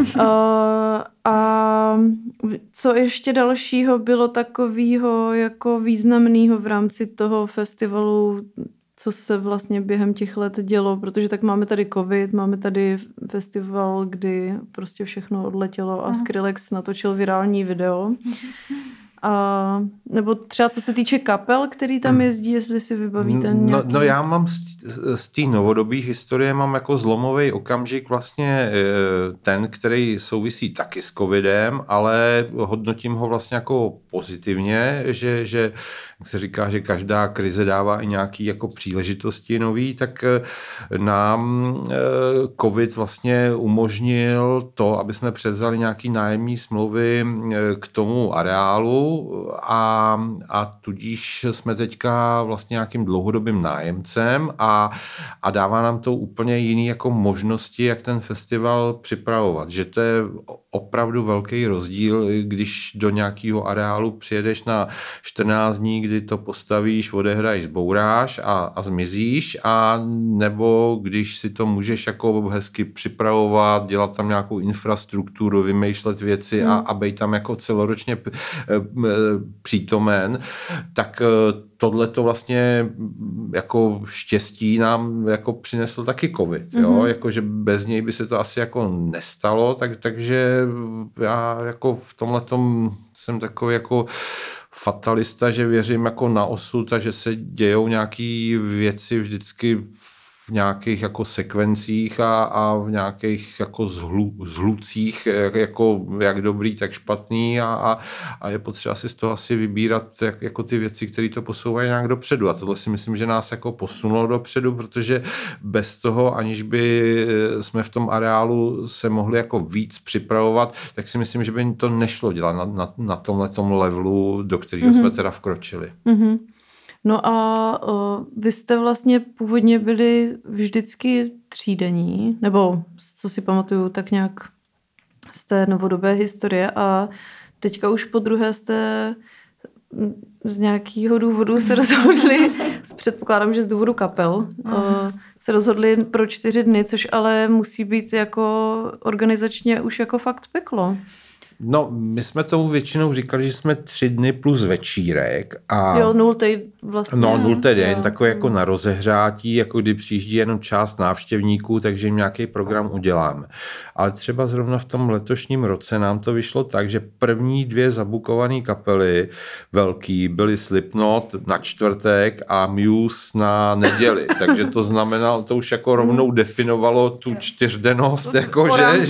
A co ještě dalšího bylo takového jako významného v rámci toho festivalu, co se vlastně během těch let dělo, protože tak máme tady covid, máme tady festival, kdy prostě všechno odletělo a Skrillex natočil virální video. A nebo třeba co se týče kapel, který tam jezdí, jestli si vybavíte nějaký... No já mám z té novodobé historie mám jako zlomový okamžik vlastně ten, který souvisí taky s covidem, ale hodnotím ho vlastně jako pozitivně, že jak se říká, že každá krize dává i nějaký jako příležitosti nový, tak nám covid vlastně umožnil to, aby jsme převzali nějaký nájemní smlouvy k tomu areálu a tudíž jsme teďka vlastně nějakým dlouhodobým nájemcem a dává nám to úplně jiný jako možnosti, jak ten festival připravovat. Že to je opravdu velký rozdíl, když do nějakého areálu přijedeš na 14 dní, kdy to postavíš, odehraješ, zbouráš a zmizíš, a nebo když si to můžeš jako hezky připravovat, dělat tam nějakou infrastrukturu, vymýšlet věci a být tam jako celoročně přítomen, tak tohle to vlastně jako štěstí nám jako přinesl taky covid, jo? Jako, že bez něj by se to asi jako nestalo, takže já jako v tomhletom jsem takový jako fatalista, že věřím jako na osud a že se dějou nějaký věci vždycky v nějakých jako sekvencích a v nějakých jako zhlucích, jako jak dobrý, tak špatný a je potřeba si z toho asi vybírat jako ty věci, které to posouvají nějak dopředu. A tohle si myslím, že nás jako posunulo dopředu, protože bez toho, aniž by jsme v tom areálu se mohli jako víc připravovat, tak si myslím, že by to nešlo dělat na tomhletom levelu, do kterého jsme teda vkročili. No a vy jste vlastně původně byli vždycky třídenní, nebo co si pamatuju, tak nějak z té novodobé historie, a teďka už po druhé jste z nějakého důvodu se rozhodli, předpokládám, že z důvodu kapel, se rozhodli pro 4 dny, což ale musí být jako organizačně už jako fakt peklo. No, my jsme tomu většinou říkali, že jsme 3 dny plus večírek. Jo, 0. vlastně. No, 0. den, takový jako na rozehřátí, jako kdy přijíždí jenom část návštěvníků, takže jim nějaký program uděláme. Ale třeba zrovna v tom letošním roce nám to vyšlo tak, že první 2 zabukované kapely velký byly Slipknot na čtvrtek a Muse na neděli. Takže to znamenalo, to už jako rovnou definovalo tu 4dennost, jako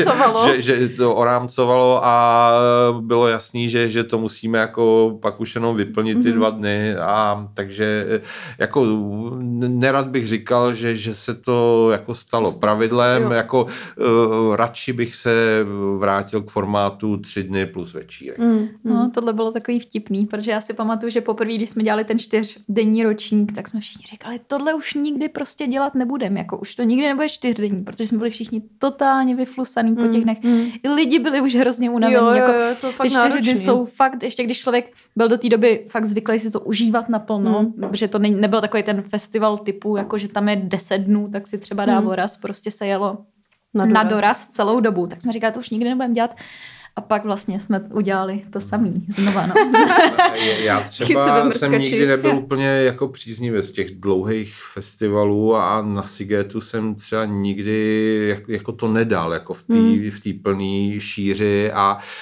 že to orámcovalo a bylo jasný, že to musíme jako pak už jenom vyplnit ty 2 dny, a takže jako nerad bych říkal, že se to jako stalo pravidlem, jako radši bych se vrátil k formátu 3 dny plus večírek. No, tohle bylo takový vtipný, protože já si pamatuju, že poprvé, když jsme dělali ten 4denní ročník, tak jsme všichni říkali, tohle už nikdy prostě dělat nebudeme, jako už to nikdy nebude 4denní, protože jsme byli všichni totálně vyflusaný po těch dnech. I lidi byli už hrozně unavení. Jako, to fakt ty 4 dny jsou fakt, ještě když člověk byl do té doby fakt zvyklý si to užívat naplno, že to nebyl takový ten festival typu, jako že tam je 10 dnů, tak si třeba dá voraz, prostě se jelo na doraz celou dobu. Tak jsme říkali, to už nikdy nebudeme dělat. A pak vlastně jsme udělali to samý znova. No. Já třeba jsem nikdy nebyl úplně jako příznivý z těch dlouhých festivalů a na Sigetu jsem třeba nikdy jako to nedal jako v té plné šíři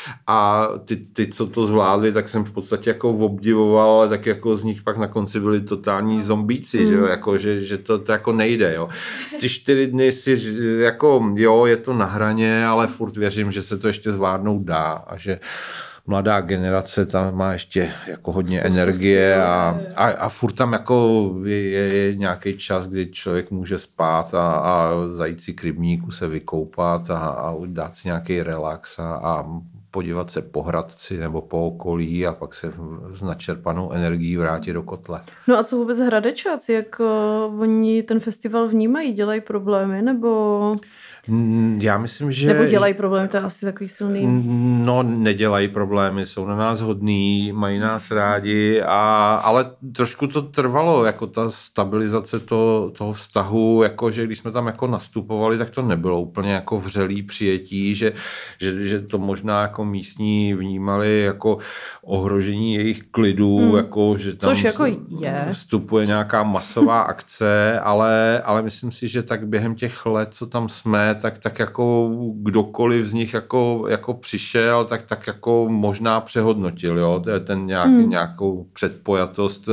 a ty, co to zvládli, tak jsem v podstatě jako obdivoval, ale tak jako z nich pak na konci byli totální zombíci, že jo, jako, že to jako nejde, jo. Ty 4 dny si jako, jo, je to na hraně, ale furt věřím, že se to ještě zvládnout dá a že mladá generace tam má ještě jako hodně energie a furt tam jako je nějaký čas, kdy člověk může spát a zajít si k rybníku, se vykoupat a dát si nějaký relax a podívat se po Hradci nebo po okolí a pak se s načerpanou energií vrátit do kotle. No a co vůbec Hradečáci, jak oni ten festival vnímají, dělají problémy, nebo... Já myslím, že... Nebo dělají problémy, to je asi takový silný. No, nedělají problémy, jsou na nás hodní, mají nás rádi, ale trošku to trvalo, jako ta stabilizace toho vztahu, jako že když jsme tam jako nastupovali, tak to nebylo úplně jako vřelý přijetí, že to možná jako místní vnímali jako ohrožení jejich klidu, jako že tam což jako vstupuje nějaká masová akce, ale myslím si, že tak během těch let, co tam jsme, tak jako kdokoliv z nich jako přišel, tak jako možná přehodnotil, jo, ten nějakou předpojatost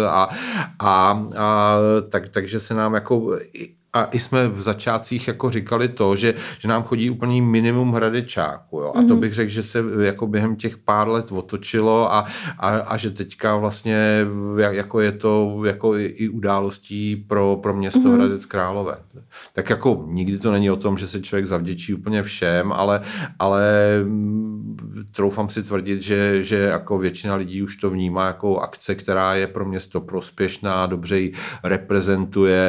takže se nám jako a i jsme v začátcích jako říkali to, že nám chodí úplný minimum hradečáku. Jo? A to bych řekl, že se jako během těch pár let otočilo a že teďka vlastně jako je to jako i událostí pro město Hradec Králové. Tak jako nikdy to není o tom, že se člověk zavděčí úplně všem, ale troufám si tvrdit, že jako většina lidí už to vnímá jako akce, která je pro město prospěšná, dobře ji reprezentuje,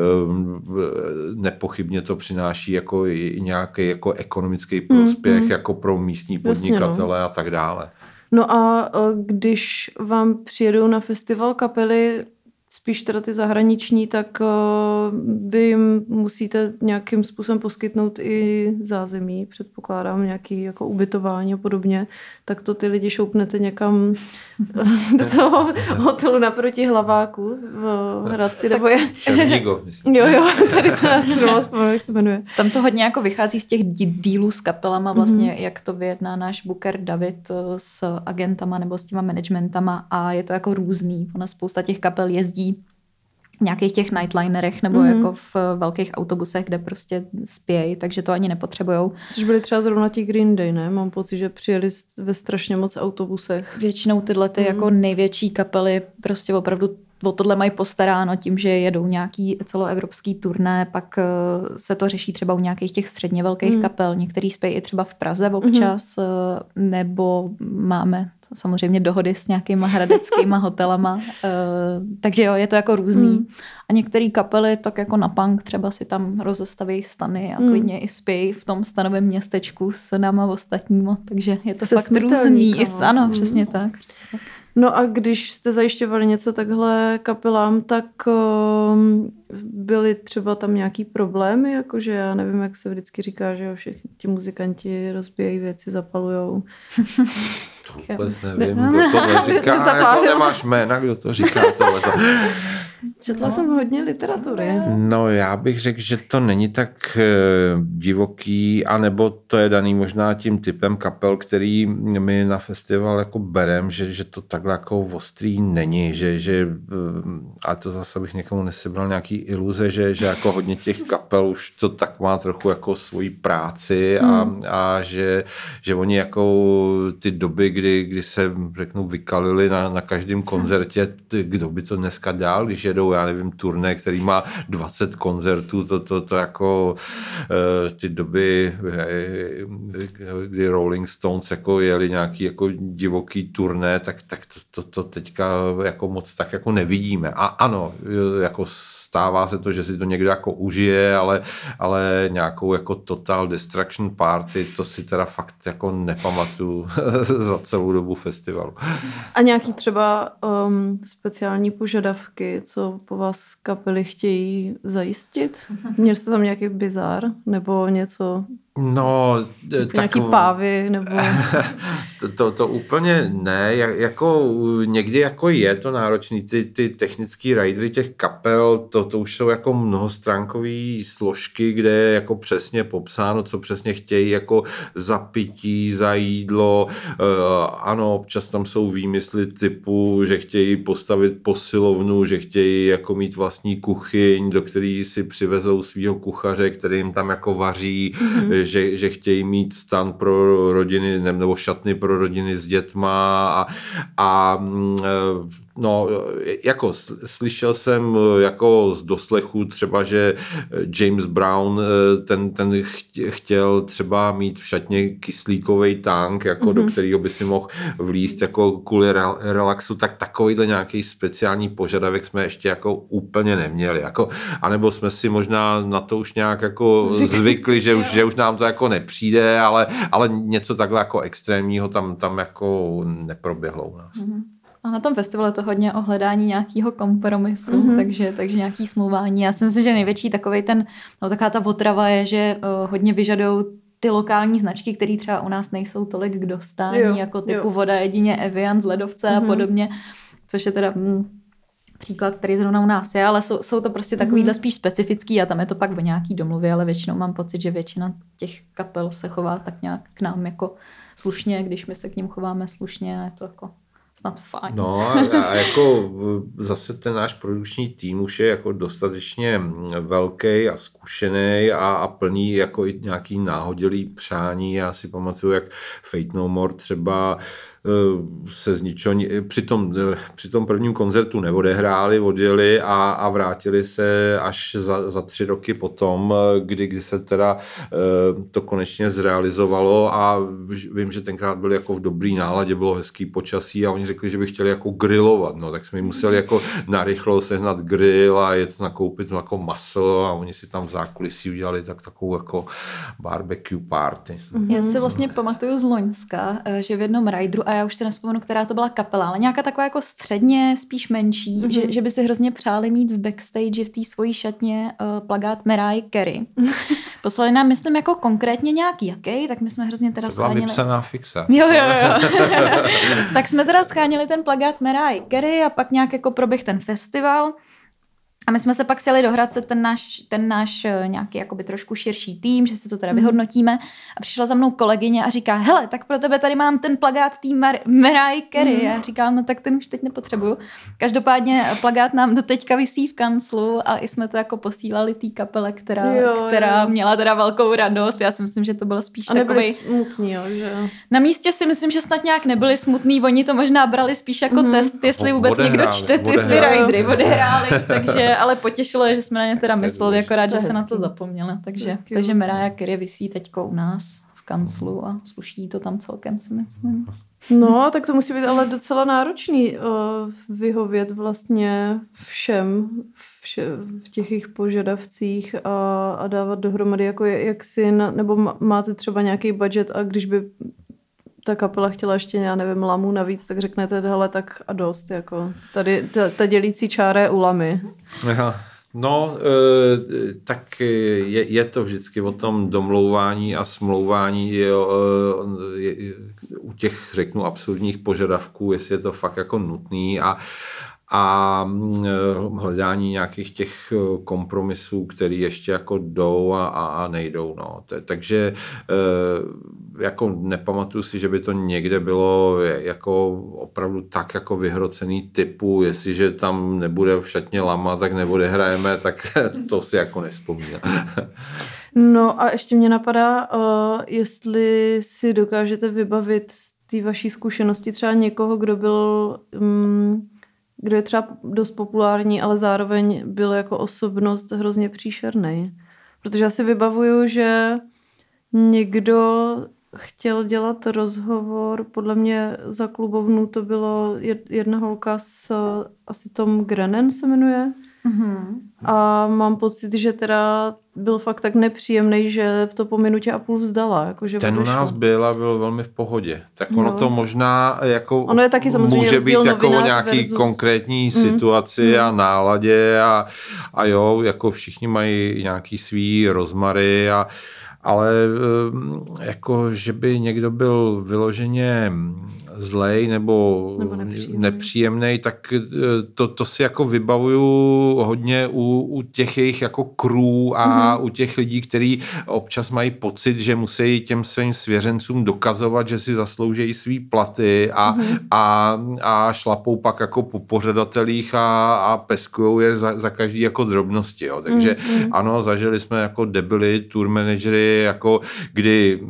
nepochybně to přináší jako i nějaký jako ekonomický prospěch jako pro místní podnikatele a tak dále. No a když vám přijedou na festival kapely, spíš teda ty zahraniční, tak vy jim musíte nějakým způsobem poskytnout i zázemí, předpokládám, nějaký jako ubytování a podobně, tak to ty lidi šoupnete někam do toho hotelu naproti Hlaváku v Hradci, nebo je... Černigov, myslím. Jo, tady to já si zrovna vzpomenu, jak se jmenuje. Tam to hodně jako vychází z těch dílů s kapelama, vlastně, jak to vyjedná náš booker David s agentama nebo s těma managementama a je to jako různý. Ona spousta těch kapel jezdí v nějakých těch nightlinerech nebo jako v velkých autobusech, kde prostě spějí, takže to ani nepotřebujou. Což byly třeba zrovna ti Green Day, ne? Mám pocit, že přijeli ve strašně moc autobusech. Většinou tyhle ty jako největší kapely prostě opravdu o tohle mají postaráno tím, že jedou nějaký celoevropský turné, pak se to řeší třeba u nějakých těch středně velkých kapel. Některý spějí i třeba v Praze občas, nebo máme samozřejmě dohody s nějakýma hradeckýma hotelama, takže jo, je to jako různý. A některé kapely tak jako na punk třeba si tam rozestaví stany a klidně i spějí v tom stanovém městečku s náma ostatníma, takže je to fakt různý. Ano, přesně tak. No a když jste zajišťovali něco takhle kapelám, tak byly třeba tam nějaký problémy, jakože já nevím, jak se vždycky říká, že jo, všichni ti muzikanti rozbíjejí věci, zapalujou. To vůbec nevím, kdo tohle říká. Jestli nemáš jména, kdo to říká tohleto. Četla jsem hodně literatury. No já bych řekl, že to není tak divoký, anebo to je daný možná tím typem kapel, který my na festival jako berem, že to takhle jako ostrý není, že a to zase bych někomu nesebral nějaký iluze, že jako hodně těch kapel už to tak má trochu jako svoji práci a že oni jako ty doby, kdy se řeknu vykalili na každém koncertě, kdo by to dneska dál, když jedou, já nevím, turné, který má 20 koncertů, to jako ty doby, kdy Rolling Stones jako jeli nějaký jako divoký turné, tak to teďka jako moc tak jako nevidíme. A ano, jako stává se to, že si to někdo jako užije, ale nějakou jako total destruction party, to si teda fakt jako nepamatuju za celou dobu festivalu. A nějaký třeba speciální požadavky, co po vás kapely chtějí zajistit? Měli jste tam nějaký bizár nebo něco? No, nějaký pávy nebo... to úplně ne, jako někdy jako je to náročný, ty technický ridery těch kapel, to už jsou jako mnohostránkové složky, kde je jako přesně popsáno, co přesně chtějí jako za pití, za jídlo, ano, občas tam jsou výmysly typu, že chtějí postavit posilovnu, že chtějí jako mít vlastní kuchyň, do který si přivezou svýho kuchaře, který jim tam jako vaří, že chtějí mít stan pro rodiny nebo šatny pro rodiny s dětma a No, jako slyšel jsem jako z doslechu třeba, že James Brown ten chtěl třeba mít v šatně kyslíkový tank, jako do kterého by si mohl vlízt jako kvůli relaxu, tak takovýhle nějaký speciální požadavek jsme ještě jako úplně neměli. Jako, anebo jsme si možná na to už nějak jako zvykli, že už nám to jako nepřijde, ale něco takhle jako extrémního tam jako neproběhlo u nás. A na tom festivalu je to hodně o hledání nějakého kompromisu, takže nějaký smlouvání. Já si myslím, že největší taková ta otrava je, že hodně vyžadou ty lokální značky, které třeba u nás nejsou tolik k dostání, jako typu voda jedině Evian z ledovce a podobně, což je teda příklad, který zrovna u nás je, ale jsou to prostě takovýhle spíš specifický a tam je to pak o nějaký domluvě, ale většinou mám pocit, že většina těch kapel se chová tak nějak k nám jako slušně, když my se k ním chováme slušně a je to jako snad fajn. No a jako zase ten náš produkční tým už je jako dostatečně velký a zkušený a plný jako i nějaký náhodilý přání. Já si pamatuju, jak Fate No More třeba se z ničeho, při tom prvním koncertu neodehráli, odjeli a vrátili se až za 3 roky potom, kdy se teda to konečně zrealizovalo a vím, že tenkrát byli jako v dobrý náladě, bylo hezký počasí a oni řekli, že by chtěli jako grillovat, no, tak jsme jim museli jako narychlo sehnat grill a jet nakoupit jako maso a oni si tam v zákulisí udělali takovou jako barbecue party. Já si vlastně pamatuju z Loňska, že v jednom rideru, a já už si nevzpomenu, která to byla kapela, ale nějaká taková jako středně, spíš menší, že by si hrozně přáli mít v backstage v té svojí šatně plakát Mariah Carey. Poslali nám, myslím, jako konkrétně nějaký jaký, tak my jsme hrozně teda scháněli. To byla vypsaná fixa. Jo. Tak jsme teda scháněli ten plakát Mariah Carey a pak nějak jako proběh ten festival. A my jsme se pak sjeli do Hradce ten náš nějaký jakoby trošku širší tým, že si to teda vyhodnotíme. A přišla za mnou kolegyně a říká, hele, tak pro tebe tady mám ten plakát tým Mariah Carey. Já říkám, no tak ten už teď nepotřebuju. Každopádně plakát nám doteďka visí v kanclu a i jsme to jako posílali té kapele, která měla teda velkou radost. Já si myslím, že to bylo spíš takovej... A nebyli smutní, jo, že... Na místě si myslím, že snad nějak nebyli smutní, oni to možná brali spíš jako test, jestli vůbec někdo čte ty ridery, odehráli, takže ale potěšilo je, že jsme na ně teda mysleli, akorát, že se na to zapomněli. Takže Mariah Carey visí teďko u nás v kanclu a sluší to tam celkem, si myslím. No, tak to musí být ale docela náročný vyhovět vlastně všem v těch jejich požadavcích a dávat dohromady jako jak syn, nebo máte třeba nějaký budget a když by ta kapela chtěla ještě, já nevím, lamu navíc, tak řeknete, hele, tak a dost, jako tady ta dělící čára je u lamy. Aha. No, tak je to vždycky o tom domlouvání a smlouvání u těch, řeknu, absurdních požadavků, jestli je to fakt jako nutný a hledání nějakých těch kompromisů, které ještě jako jdou a nejdou. No. Takže jako nepamatuju si, že by to někde bylo jako opravdu tak jako vyhrocený typu, jestliže tam nebude v šatně lama, tak neodehrajeme, tak to si jako nevzpomínám. No a ještě mě napadá, jestli si dokážete vybavit z té vaší zkušenosti třeba někoho, kdo je třeba dost populární, ale zároveň byl jako osobnost hrozně příšernej. Protože já si vybavuju, že někdo chtěl dělat rozhovor, podle mě za klubovnu to bylo jedna holka asi Tom Grennan se jmenuje. A mám pocit, že teda byl fakt tak nepříjemný, že to po minutě a půl vzdala. Jako, že ten u nás byl velmi v pohodě. Tak ono to možná jako ono je taky může být jako o nějaký konkrétní situaci a náladě a jo, jako všichni mají nějaký svý rozmary ale jako, že by někdo byl vyloženě zlej nebo nepříjemný, tak to si jako vybavuju hodně u těch jejich jako crew a u těch lidí, kteří občas mají pocit, že musí těm svým svěřencům dokazovat, že si zaslouží svý platy a šlapou pak jako po pořadatelích a peskujou je za každý jako drobnosti. Jo. Takže ano, zažili jsme jako debily, tour managery, jako kdy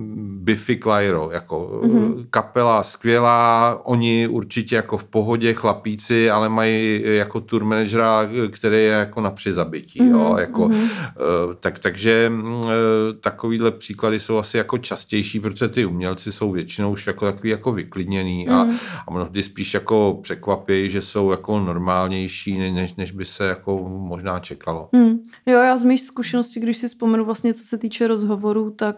Biffy Clyro, jako kapela skvělá, oni určitě jako v pohodě chlapíci, ale mají jako tour manažera, který je jako na přizabití, jo, jako, takže takovýhle příklady jsou asi jako častější, protože ty umělci jsou většinou už jako takový jako vyklidněný a mnohdy spíš jako překvapí, že jsou jako normálnější, než by se jako možná čekalo. Jo, já z mých zkušeností, když si vzpomenu vlastně, co se týče rozhovorů, tak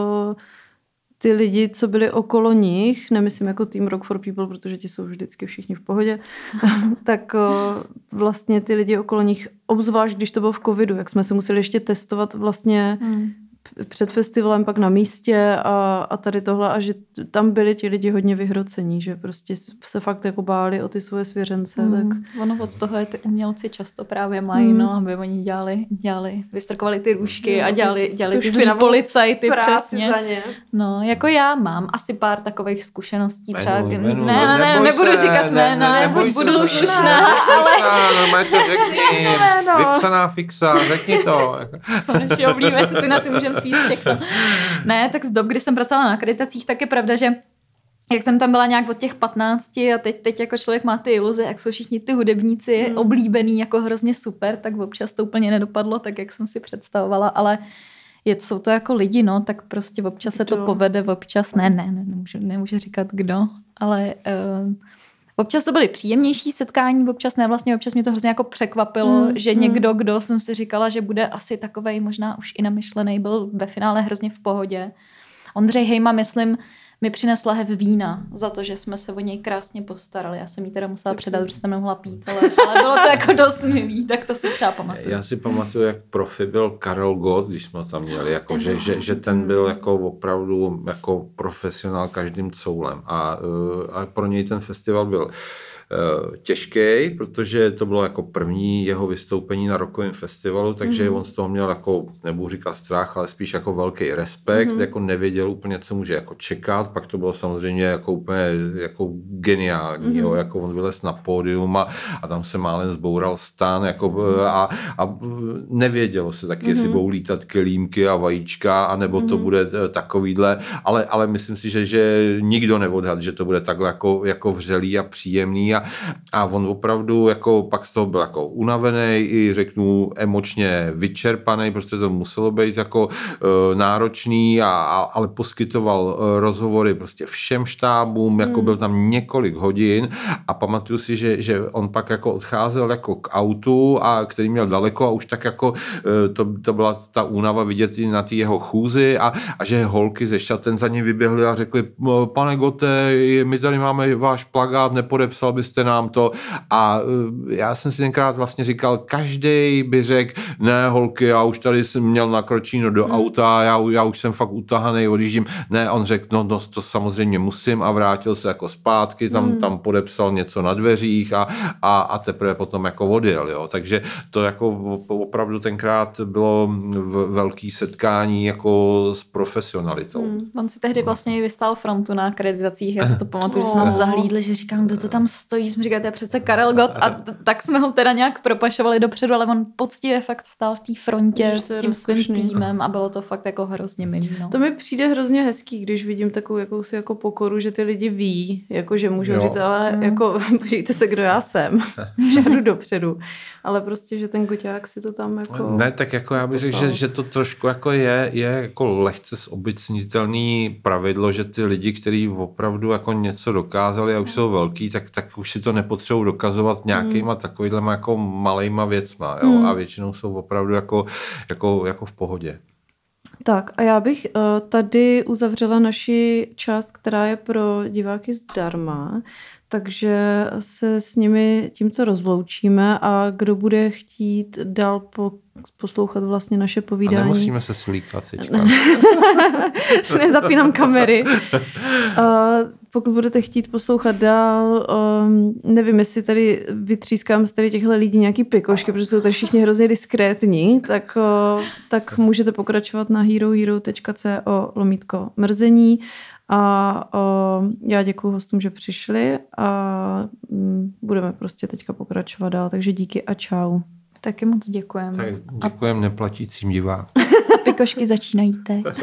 ty lidi, co byli okolo nich, nemyslím jako Team Rock for People, protože ti jsou vždycky všichni v pohodě, tak vlastně ty lidi okolo nich, obzvlášť když to bylo v covidu, jak jsme se museli ještě testovat vlastně před festivalem, pak na místě a tady tohle, a že tam byli ti lidi hodně vyhrocení, že prostě se fakt jako báli o ty svoje svěřence. Tak... Ono od toho ty umělci často právě mají, no, aby oni dělali, vystrkovali ty růžky a dělali ty zlý policajty přesně. Za ně. No, jako já mám asi pár takových zkušeností. Třeba... Ne, nebudu říkat jména, budu slušná, ale... No, to řekni, vypsaná fixa, řekni to. Co naši oblíbenci, na ty můžeme svíst všechno. Ne, tak z dob, kdy jsem pracovala na akreditacích, tak je pravda, že jak jsem tam byla nějak od těch 15 a teď jako člověk má ty iluze, jak jsou všichni ty hudebníci oblíbený, jako hrozně super, tak občas to úplně nedopadlo tak, jak jsem si představovala, ale jsou to jako lidi, no, tak prostě občas se to povede, občas nemůžu říkat kdo, ale občas to byly příjemnější setkání, občas ne, vlastně občas mě to hrozně jako překvapilo, že někdo, kdo jsem si říkala, že bude asi takovej možná už i namyšlený, byl ve finále hrozně v pohodě. Ondřej Hejma, myslím, mi přinesla lahev vína za to, že jsme se o něj krásně postarali. Já jsem jí teda musela předat, protože jsem nemohla pít, ale bylo to jako dost milý, tak to si třeba pamatuju. Já si pamatuju, jak profi byl Karel Gott, když jsme tam měli, jako, že ten byl jako opravdu jako profesionál každým coulem a pro něj ten festival byl těžký, protože to bylo jako první jeho vystoupení na rockovém festivalu, takže on z toho měl jako, nebudu říkat strach, ale spíš jako velký respekt, jako nevěděl úplně, co může jako čekat, pak to bylo samozřejmě jako úplně jako geniální, jo, jako on vylez na pódium a tam se málem zboural stan, jako a nevědělo se taky, jestli budou lítat kelímky a vajíčka, anebo to bude takovýhle, ale myslím si, že nikdo neodhad, že to bude takhle jako vřelý a příjemný a on opravdu jako pak z toho byl jako unavený i řeknu emočně vyčerpaný, protože to muselo být jako náročný, ale poskytoval rozhovory prostě všem štábům, jako byl tam několik hodin a pamatuju si, že on pak jako odcházel jako k autu, a který měl daleko a už tak jako to byla ta únava vidět i na té jeho chůzi a že holky ze Šaten za ním vyběhly a řekli, pane Gotte, my tady máme váš plakát, nepodepsal byste nám to, a já jsem si tenkrát vlastně říkal, každej by řekl, ne holky, já už tady jsem měl nakročíno do auta, já už jsem fakt utahanej, odjíždím. Ne, on řekl, no to samozřejmě musím, a vrátil se jako zpátky, tam podepsal něco na dveřích a teprve potom jako odjel, jo. Takže to jako opravdu tenkrát bylo velký setkání jako s profesionalitou. On si tehdy vlastně vystál frontu na akreditacích, já si to pamatuju, že jsme ho zahlídli, že říkám, kdo to tam stojí, jsme říkali, to je přece Karel Gott, a tak jsme ho teda nějak propašovali dopředu, ale on poctivě fakt stál v té frontě s tím svým týmem a bylo to fakt jako hrozně milý. No. To mi přijde hrozně hezký, když vidím takovou jakousi jako pokoru, že ty lidi ví, jako že můžou říct, ale jako podívejte se, kdo já jsem, že jdu dopředu, ale prostě, že ten Goťák si to tam jako... Ne, tak jako já bych řekl, že to trošku jako je jako lehce zobecnitelný pravidlo, že ty lidi, kteří opravdu jako něco dokázali a už jsou velký, tak už si to nepotřebují dokazovat nějakýma takovýhlema jako malejma věcma, jo? A většinou jsou opravdu jako v pohodě. Tak a já bych tady uzavřela naši část, která je pro diváky zdarma, takže se s nimi tímto rozloučíme a kdo bude chtít dál poslouchat vlastně naše povídání. A nemusíme se slíkat teďka. Nezapínám kamery. Pokud budete chtít poslouchat dál, nevím, jestli tady vytřískám z tady těchto lidí nějaký pikošky, protože jsou tady všichni hrozně diskrétní, tak můžete pokračovat na herohero.co/mrzení. A já děkuji hostům, že přišli a budeme prostě teďka pokračovat dál. Takže díky a čau. Taky moc děkujeme. Tak děkujeme neplatícím divákům. Pikošky začínají teď.